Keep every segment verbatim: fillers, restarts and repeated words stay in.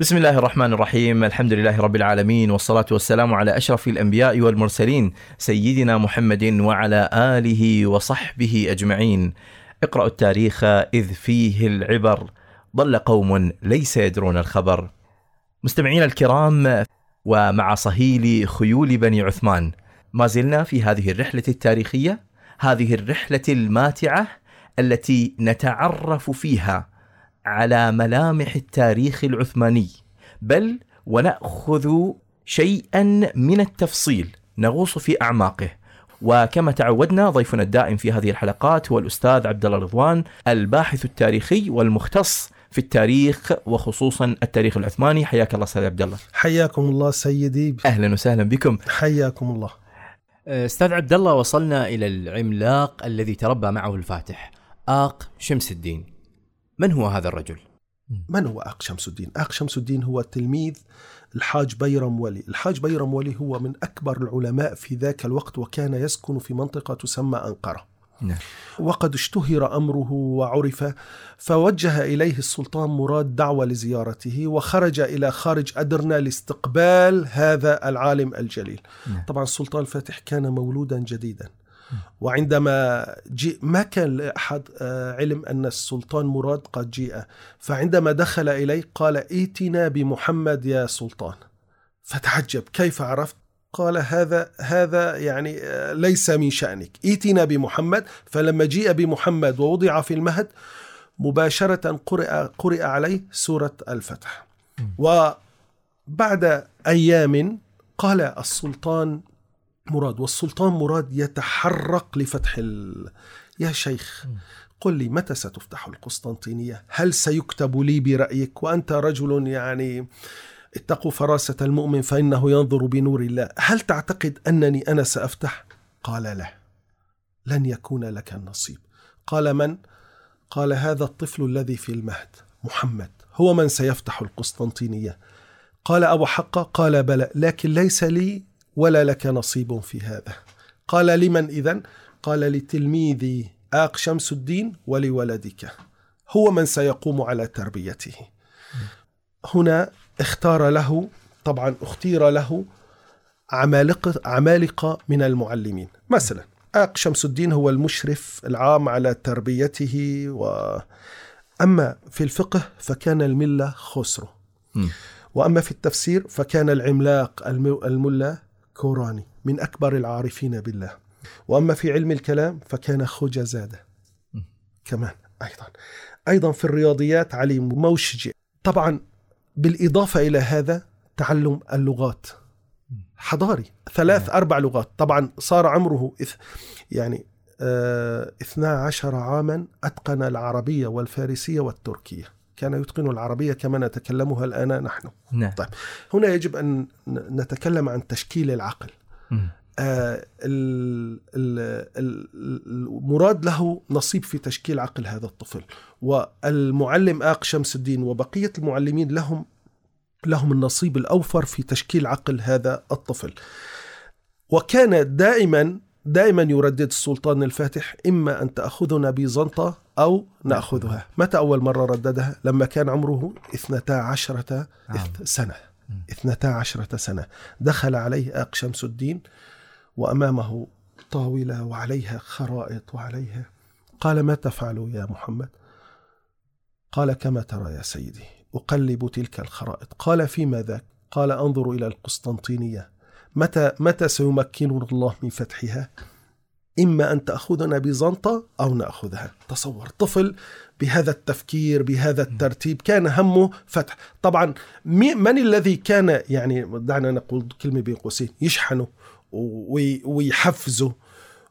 بسم الله الرحمن الرحيم. الحمد لله رب العالمين، والصلاة والسلام على أشرف الأنبياء والمرسلين سيدنا محمد وعلى آله وصحبه أجمعين. اقرأوا التاريخ إذ فيه العبر، ضل قوم ليس يدرون الخبر. مستمعين الكرام، ومع صهيل خيول بني عثمان ما زلنا في هذه الرحلة التاريخية، هذه الرحلة الماتعة التي نتعرف فيها على ملامح التاريخ العثماني، بل ونأخذ شيئا من التفصيل نغوص في أعماقه. وكما تعودنا ضيفنا الدائم في هذه الحلقات هو الأستاذ عبد الله رضوان، الباحث التاريخي والمختص في التاريخ وخصوصا التاريخ العثماني. حياك الله أستاذ عبد الله. حياكم الله سيدي. أهلا وسهلا بكم. حياكم الله. أستاذ عبد الله، وصلنا إلى العملاق الذي تربى معه الفاتح، آق شمس الدين. من هو هذا الرجل؟ من هو آق شمس الدين؟ آق شمس الدين هو تلميذ الحاج بيرم ولي. الحاج بيرم ولي هو من أكبر العلماء في ذاك الوقت، وكان يسكن في منطقة تسمى أنقرة. نعم. وقد اشتهر أمره وعرف، فوجه إليه السلطان مراد دعوة لزيارته، وخرج إلى خارج أدرنا لاستقبال هذا العالم الجليل. نعم. طبعا السلطان الفاتح كان مولودا جديدا، وعندما جاء ما كان لأحد علم أن السلطان مراد قد جاء، فعندما دخل إليه قال: ائتنا بمحمد يا سلطان. فتعجب: كيف عرفت؟ قال: هذا هذا يعني ليس من شأنك، ائتنا بمحمد. فلما جاء بمحمد ووضع في المهد مباشرة قرئ قرئ عليه سورة الفتح. وبعد أيام قال السلطان مراد، والسلطان مراد يتحرق لفتح ال... يا شيخ قل لي متى ستفتح القسطنطينية؟ هل سيكتب لي برأيك؟ وأنت رجل يعني اتقوا فراسة المؤمن فإنه ينظر بنور الله. هل تعتقد أنني أنا سأفتح؟ قال: لا، لن يكون لك النصيب. قال: من؟ قال: هذا الطفل الذي في المهد محمد هو من سيفتح القسطنطينية. قال: أو حق؟ قال: بلى، لكن ليس لي ولا لك نصيب في هذا. قال: لمن إذن؟ قال: لتلميذي آق شمس الدين ولولدك، هو من سيقوم على تربيته. هنا اختار له، طبعا اختير له عمالقة, عمالقة من المعلمين. مثلا آق شمس الدين هو المشرف العام على تربيته، وأما في الفقه فكان الملة خسرو، وأما في التفسير فكان العملاق الملا كوراني من أكبر العارفين بالله، وأما في علم الكلام فكان خجزادة كمان أيضا. أيضا في الرياضيات علي موشجي. طبعا بالإضافة إلى هذا تعلم اللغات حضاري، ثلاث أربع لغات. طبعا صار عمره يعني اثنا عشر عاما أتقن العربية والفارسية والتركية، كان يتقن العربية كما نتكلمها الآن نحن. نعم. طيب هنا يجب أن نتكلم عن تشكيل العقل. آه المراد له نصيب في تشكيل عقل هذا الطفل، والمعلم آق شمس الدين وبقية المعلمين لهم لهم النصيب الأوفر في تشكيل عقل هذا الطفل. وكان دائما دائما يردد السلطان الفاتح: إما أن تأخذنا بيزنطة أو نأخذها. متى أول مرة رددها؟ لما كان عمره اثنتا عشرة سنة. اثنتا عشرة سنة دخل عليه آق شمس الدين وأمامه طاولة وعليها خرائط وعليها. قال: ما تفعل يا محمد؟ قال: كما ترى يا سيدي، أقلب تلك الخرائط. قال: فيما ذاك؟ قال: أنظر إلى القسطنطينية، متى متى سيمكننا الله من فتحها؟ إما أن تأخذنا بيزنطة أو نأخذها. تصور طفل بهذا التفكير بهذا الترتيب، كان همه فتح. طبعا من الذي كان يعني دعنا نقول كلمة بين قوسين يشحنه ويحفزه؟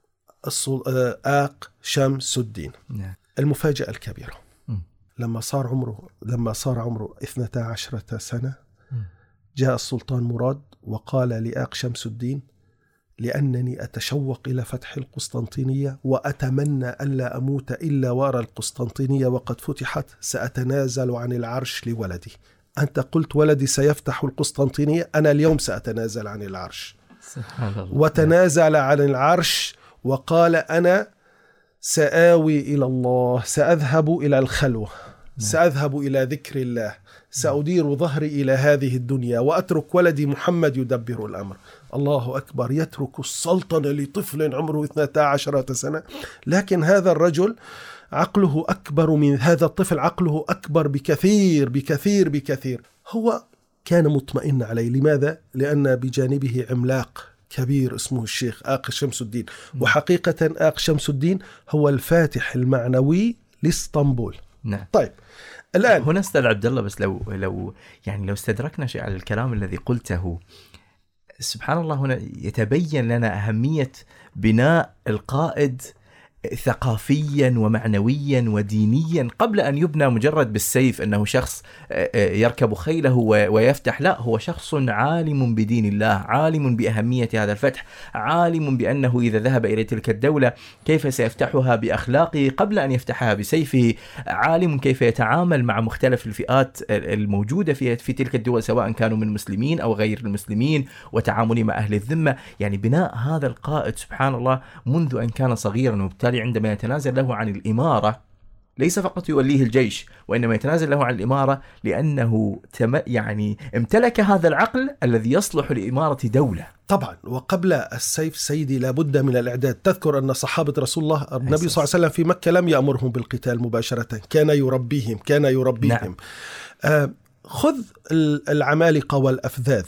آق شمس الدين. المفاجأة الكبيرة لما صار عمره لما صار عمره اثنتا عشرة سنة جاء السلطان مراد وقال لآق شمس الدين: لأنني أتشوق إلى فتح القسطنطينية وأتمنى ألا أموت إلا وأرى القسطنطينية وقد فتحت، سأتنازل عن العرش لولدي. أنت قلت ولدي سيفتح القسطنطينية، أنا اليوم سأتنازل عن العرش. وتنازل عن العرش وقال: أنا سآوي إلى الله، سأذهب إلى الخلوة. سأذهب إلى ذكر الله، سأدير ظهري إلى هذه الدنيا وأترك ولدي محمد يدبر الأمر. الله أكبر، يترك السلطنة لطفل عمره اثنتا عشرة سنة. لكن هذا الرجل عقله أكبر من هذا الطفل، عقله أكبر بكثير بكثير بكثير. هو كان مطمئن عليه. لماذا؟ لأن بجانبه عملاق كبير اسمه الشيخ آق شمس الدين. وحقيقة آق شمس الدين هو الفاتح المعنوي لإسطنبول. نعم. طيب الآن هنا أستاذ عبد الله، بس لو لو يعني لو استدركنا شيء على الكلام الذي قلته، سبحان الله، هنا يتبين لنا أهمية بناء القائد ثقافيا ومعنويا ودينيا قبل أن يبنى مجرد بالسيف، أنه شخص يركب خيله ويفتح. لا، هو شخص عالم بدين الله، عالم بأهمية هذا الفتح، عالم بأنه إذا ذهب إلى تلك الدولة كيف سيفتحها بأخلاقه قبل أن يفتحها بسيفه، عالم كيف يتعامل مع مختلف الفئات الموجودة في في تلك الدول سواء كانوا من مسلمين أو غير المسلمين، وتعامله مع أهل الذمة. يعني بناء هذا القائد سبحان الله منذ أن كان صغيرا، وبالتالي عندما يتنازل له عن الإمارة ليس فقط يوليه الجيش، وإنما يتنازل له عن الإمارة لأنه تم يعني امتلك هذا العقل الذي يصلح لإمارة دولة. طبعا. وقبل السيف سيدي لابد من الإعداد. تذكر أن صحابة رسول الله النبي صلى الله عليه وسلم في مكة لم يأمرهم بالقتال مباشرة، كان يربيهم كان يربيهم نعم. آه خذ العمالقة والأفذاذ.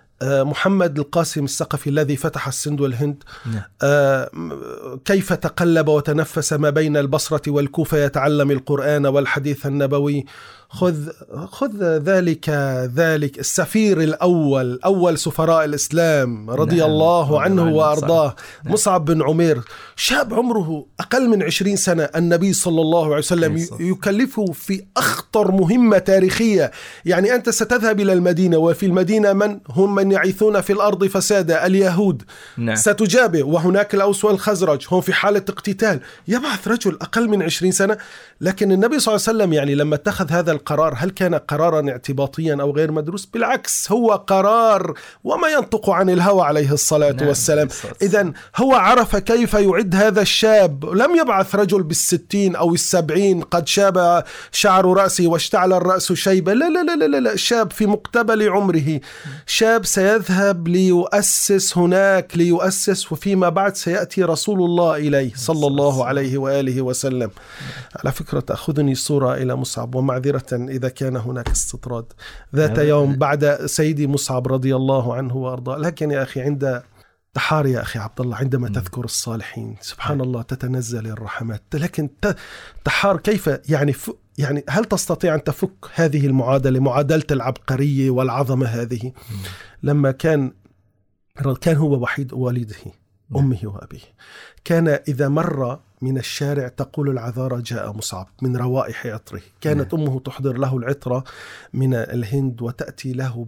محمد القاسم الثقفي الذي فتح السند والهند، آه كيف تقلب وتنفس ما بين البصرة والكوفة يتعلم القرآن والحديث النبوي. خذ خذ ذلك ذلك السفير الأول، أول سفراء الإسلام رضي نعم. الله عنه نعم. وأرضاه نعم. مصعب بن عمير، شاب عمره أقل من عشرين سنة، النبي صلى الله عليه وسلم يكلفه في أخطر مهمة تاريخية. يعني أنت ستذهب إلى المدينة، وفي المدينة من هم من يعيثون في الأرض فسادا، اليهود نعم. ستجابه، وهناك الأوس والخزرج هم في حالة اقتتال. يبعث رجل أقل من عشرين سنة. لكن النبي صلى الله عليه وسلم يعني لما اتخذ هذا القرار، هل كان قرارا اعتباطيا أو غير مدروس؟ بالعكس، هو قرار وما ينطق عن الهوى عليه الصلاة نعم. والسلام. إذن هو عرف كيف يعد هذا الشاب. لم يبعث رجل بالستين أو السبعين قد شاب شعر رأسه واشتعل الرأس شيبة. لا لا لا لا لا، شاب في مقتبل عمره، شاب سيذهب ليؤسس هناك، ليؤسس، وفيما بعد سيأتي رسول الله إليه صلى الله عليه وآله وسلم. على فكرة تأخذني صورة إلى مصعب، ومعذرة إذا كان هناك استطراد، ذات يوم بعد سيدي مصعب رضي الله عنه وأرضاه. لكن يا أخي عند تحار يا أخي عبد الله، عندما تذكر الصالحين سبحان الله تتنزل الرحمات. لكن تحار كيف يعني ف... يعني هل تستطيع أن تفك هذه المعادلة، معادلة العبقرية والعظمة هذه؟ لما كان كان هو وحيد والده أمه وأبيه، كان إذا مر من الشارع تقول العذارى جاء مصعب من روائح عطره. كانت أمه تحضر له العطرة من الهند وتأتي له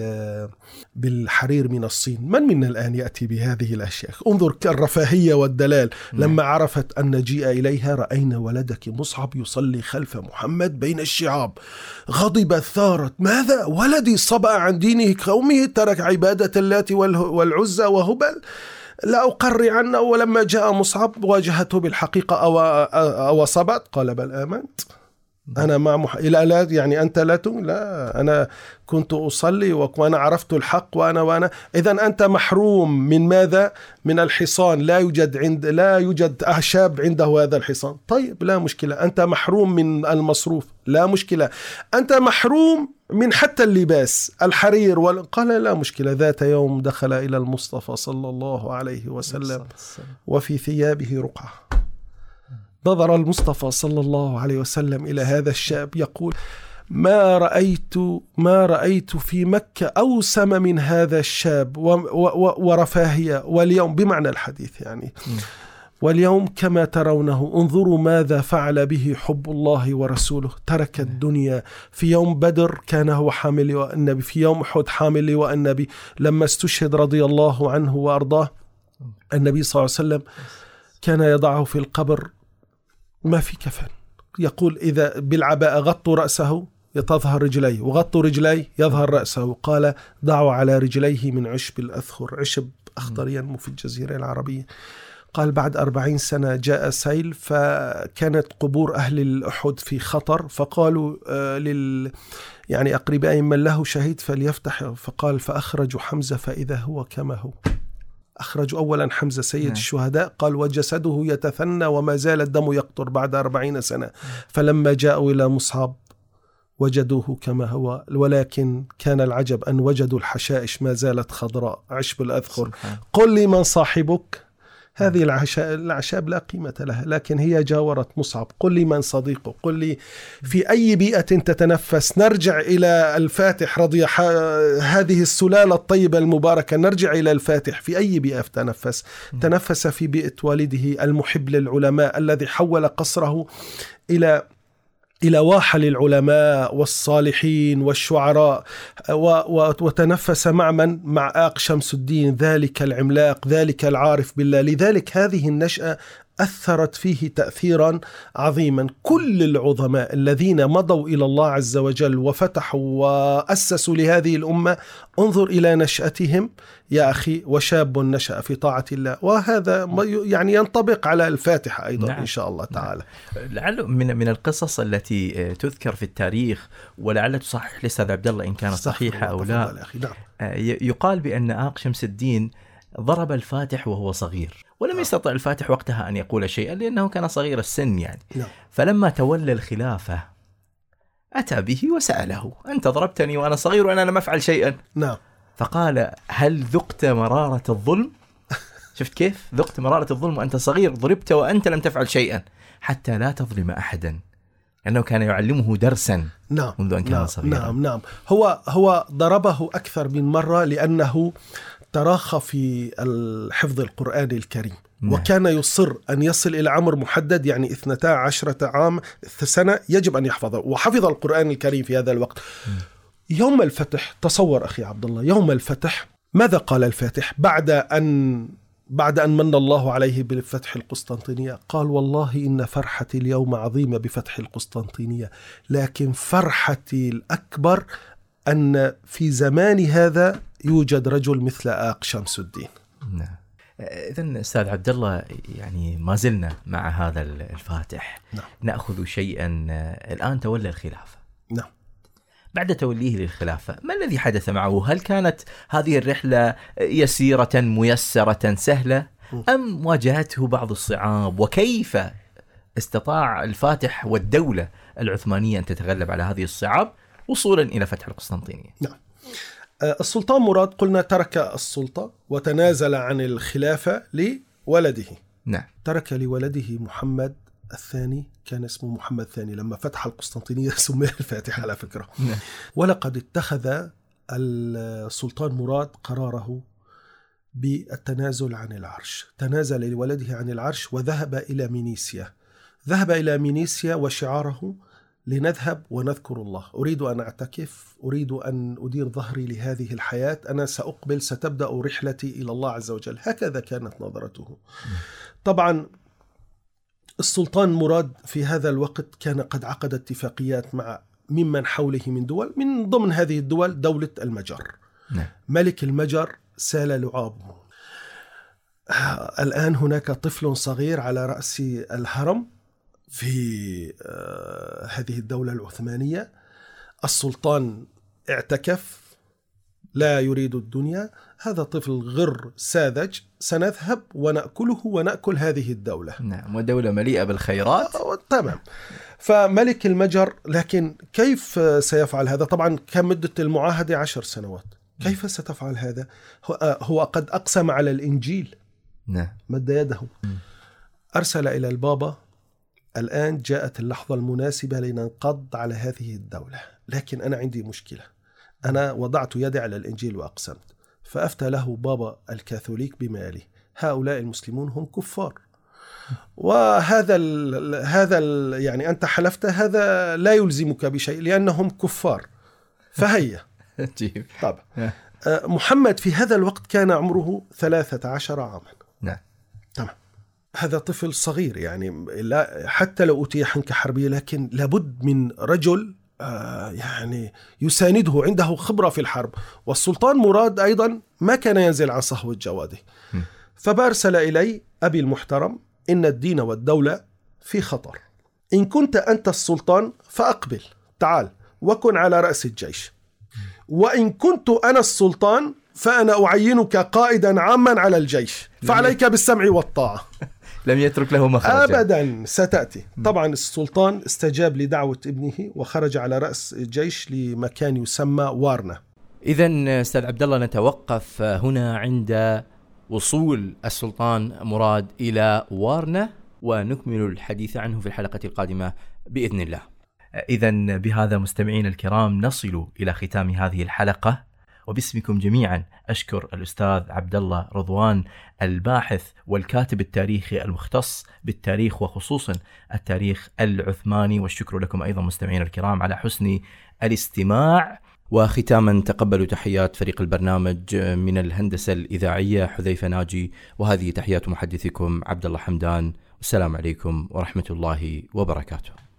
بالحرير من الصين. من منا الآن يأتي بهذه الأشياء؟ انظر الرفاهية والدلال. لما عرفت أن نجيء إليها، رأينا ولدك مصعب يصلي خلف محمد بين الشعاب. غضبت ثارت، ماذا؟ ولدي صبأ عن دينه قومه، ترك عبادة اللات والعزى وهبل، لا أقري عنه. ولما جاء مصعب واجهته بالحقيقة أو, أو صبت، قال بل آمنت أنا مع مح... إلى لا يعني أنت لا تؤمن؟ لا، أنا كنت أصلي وأنا عرفت الحق وأنا وأنا إذن أنت محروم من ماذا؟ من الحصان. لا يوجد عند لا يوجد شاب عنده هذا الحصان. طيب لا مشكلة. أنت محروم من المصروف، لا مشكلة. أنت محروم من حتى اللباس الحرير وال... قال لا مشكلة. ذات يوم دخل إلى المصطفى صلى الله عليه وسلم وفي ثيابه رقعة. نظر المصطفى صلى الله عليه وسلم إلى هذا الشاب يقول ما رأيت ما رأيت في مكة أوسم من هذا الشاب و... و... ورفاهية. واليوم بمعنى الحديث يعني واليوم كما ترونه انظروا ماذا فعل به حب الله ورسوله. ترك الدنيا. في يوم بدر كان هو حامل لواء النبي، في يوم أحد حامل لواء النبي. لما استشهد رضي الله عنه وأرضاه النبي صلى الله عليه وسلم كان يضعه في القبر ما في كفن. يقول إذا بالعباءة غطوا رأسه تظهر رجليه، وغطوا رجليه يظهر رأسه. قال ضعوا على رجليه من عشب الأذخر. عشب أخضر ينمو في الجزيرة العربية. قال بعد أربعين سنة جاء سيل، فكانت قبور أهل الأحد في خطر، فقالوا آه لل يعني أقربائهم من له شهيد فليفتح، فقال فأخرجوا حمزة فإذا هو كما هو. أخرجوا أولا حمزة سيد الشهداء، قال وجسده يتثنى وما زال الدم يقطر بعد أربعين سنة. فلما جاءوا إلى مصعب وجدوه كما هو، ولكن كان العجب أن وجدوا الحشائش ما زالت خضراء عشب الأذخر. قل لي من صاحبك؟ هذه الأعشاب لا قيمة لها، لكن هي جاورت مصعب. قل لي من صديقه؟ قل لي في أي بيئة تتنفس؟ نرجع إلى الفاتح رضي هذه السلالة الطيبة المباركة، نرجع إلى الفاتح. في أي بيئة تنفس؟ تنفس في بيئة والده المحب للعلماء الذي حول قصره إلى إلى واحة للعلماء والصالحين والشعراء، وتنفس مع من؟ مع آق شمس الدين، ذلك العملاق، ذلك العارف بالله. لذلك هذه النشأة أثرت فيه تأثيرا عظيما. كل العظماء الذين مضوا إلى الله عز وجل وفتحوا وأسسوا لهذه الأمة، انظر إلى نشأتهم يا أخي، وشاب نشأ في طاعة الله. وهذا يعني ينطبق على الفاتحة أيضا. نعم. إن شاء الله تعالى. لعل من من القصص التي تذكر في التاريخ، ولعل تصحح الأستاذ عبد الله إن كانت صحيحة أو لا. نعم. يقال بأن آق شمس الدين ضرب الفاتح وهو صغير، ولم يستطع الفاتح وقتها أن يقول شيئا لأنه كان صغير السن يعني. نعم. فلما تولى الخلافة أتى به وسأله: أنت ضربتني وأنا صغير وأنا لم أفعل شيئا. نعم. فقال: هل ذقت مرارة الظلم؟ شفت كيف ذقت مرارة الظلم وأنت صغير، ضربت وأنت لم تفعل شيئا، حتى لا تظلم أحدا، لأنه كان يعلمه درسا. نعم. منذ أن كان نعم. صغيرا. نعم نعم هو هو ضربه أكثر من مرة لأنه تراخى في الحفظ القرآن الكريم. نعم. وكان يصر أن يصل إلى عمر محدد، يعني اثنتا عشرة عام سنة يجب أن يحفظه، وحفظ القرآن الكريم في هذا الوقت. م. يوم الفتح، تصور أخي عبد الله، يوم الفتح ماذا قال الفاتح بعد أن بعد أن من الله عليه بفتح القسطنطينية؟ قال: والله إن فرحتي اليوم عظيمة بفتح القسطنطينية، لكن فرحتي الأكبر أن في زمان هذا يوجد رجل مثل آق شمس الدين. نعم. إذن أستاذ عبد الله، يعني ما زلنا مع هذا الفاتح. نعم. نأخذ شيئا. الآن تولى الخلافة. نعم. بعد توليه للخلافة ما الذي حدث معه؟ هل كانت هذه الرحلة يسيرة ميسرة سهلة، أم واجهته بعض الصعاب؟ وكيف استطاع الفاتح والدولة العثمانية أن تتغلب على هذه الصعاب وصولا إلى فتح القسطنطينية؟ نعم. السلطان مراد قلنا ترك السلطة وتنازل عن الخلافة لولده. نعم. ترك لولده محمد الثاني، كان اسمه محمد الثاني لما فتح القسطنطينية سمي الفاتح على فكرة. نعم. ولقد اتخذ السلطان مراد قراره بالتنازل عن العرش، تنازل لولده عن العرش وذهب إلى مينيسيا. ذهب إلى مينيسيا وشعاره: لنذهب ونذكر الله، أريد أن أعتكف، أريد أن أدير ظهري لهذه الحياة، أنا سأقبل، ستبدأ رحلتي إلى الله عز وجل. هكذا كانت نظرته. طبعا السلطان مراد في هذا الوقت كان قد عقد اتفاقيات مع ممن حوله من دول، من ضمن هذه الدول دولة المجر. نعم. ملك المجر سال لعابه. الآن هناك طفل صغير على رأس الهرم في هذه الدولة العثمانية. السلطان اعتكف، لا يريد الدنيا، هذا طفل غر ساذج، سنذهب ونأكله ونأكل هذه الدولة. نعم. ودولة مليئة بالخيرات. تمام. فملك المجر، لكن كيف سيفعل هذا؟ طبعا كان مدة المعاهدة عشر سنوات. كيف ستفعل هذا؟ هو قد أقسم على الإنجيل. نعم. مد يده. أرسل إلى البابا: الآن جاءت اللحظة المناسبة لننقض على هذه الدولة، لكن أنا عندي مشكلة، أنا وضعت يدي على الإنجيل وأقسمت. فأفتى له بابا الكاثوليك بمالي: هؤلاء المسلمون هم كفار، وهذا ال هذا ال يعني أنت حلفت، هذا لا يلزمك بشيء لأنهم كفار، فهيا. طب محمد في هذا الوقت كان عمره ثلاثة عشر عاما. نعم. تمام. هذا طفل صغير، يعني لا حتى لو أتي حنكة حربية، لكن لابد من رجل آه يعني يسانده، عنده خبرة في الحرب. والسلطان مراد أيضا ما كان ينزل عن صهو الجوادي. فبارسل إلي أبي المحترم إن الدين والدولة في خطر، إن كنت أنت السلطان فأقبل تعال وكن على رأس الجيش، وإن كنت أنا السلطان فأنا أعينك قائدا عاما على الجيش، فعليك بالسمع والطاعة. لم يترك له مخرجا أبدا، ستأتي. طبعا السلطان استجاب لدعوة ابنه وخرج على رأس الجيش لمكان يسمى وارنا. إذن أستاذ عبد الله نتوقف هنا عند وصول السلطان مراد إلى وارنا، ونكمل الحديث عنه في الحلقة القادمة بإذن الله. إذن بهذا مستمعين الكرام نصل إلى ختام هذه الحلقة، وباسمكم جميعا أشكر الأستاذ عبد الله رضوان الباحث والكاتب التاريخي المختص بالتاريخ وخصوصا التاريخ العثماني، والشكر لكم أيضا مستمعين الكرام على حسن الاستماع. وختاما تقبلوا تحيات فريق البرنامج من الهندسة الإذاعية حذيفة ناجي، وهذه تحيات محدثكم عبد الله حمدان، والسلام عليكم ورحمة الله وبركاته.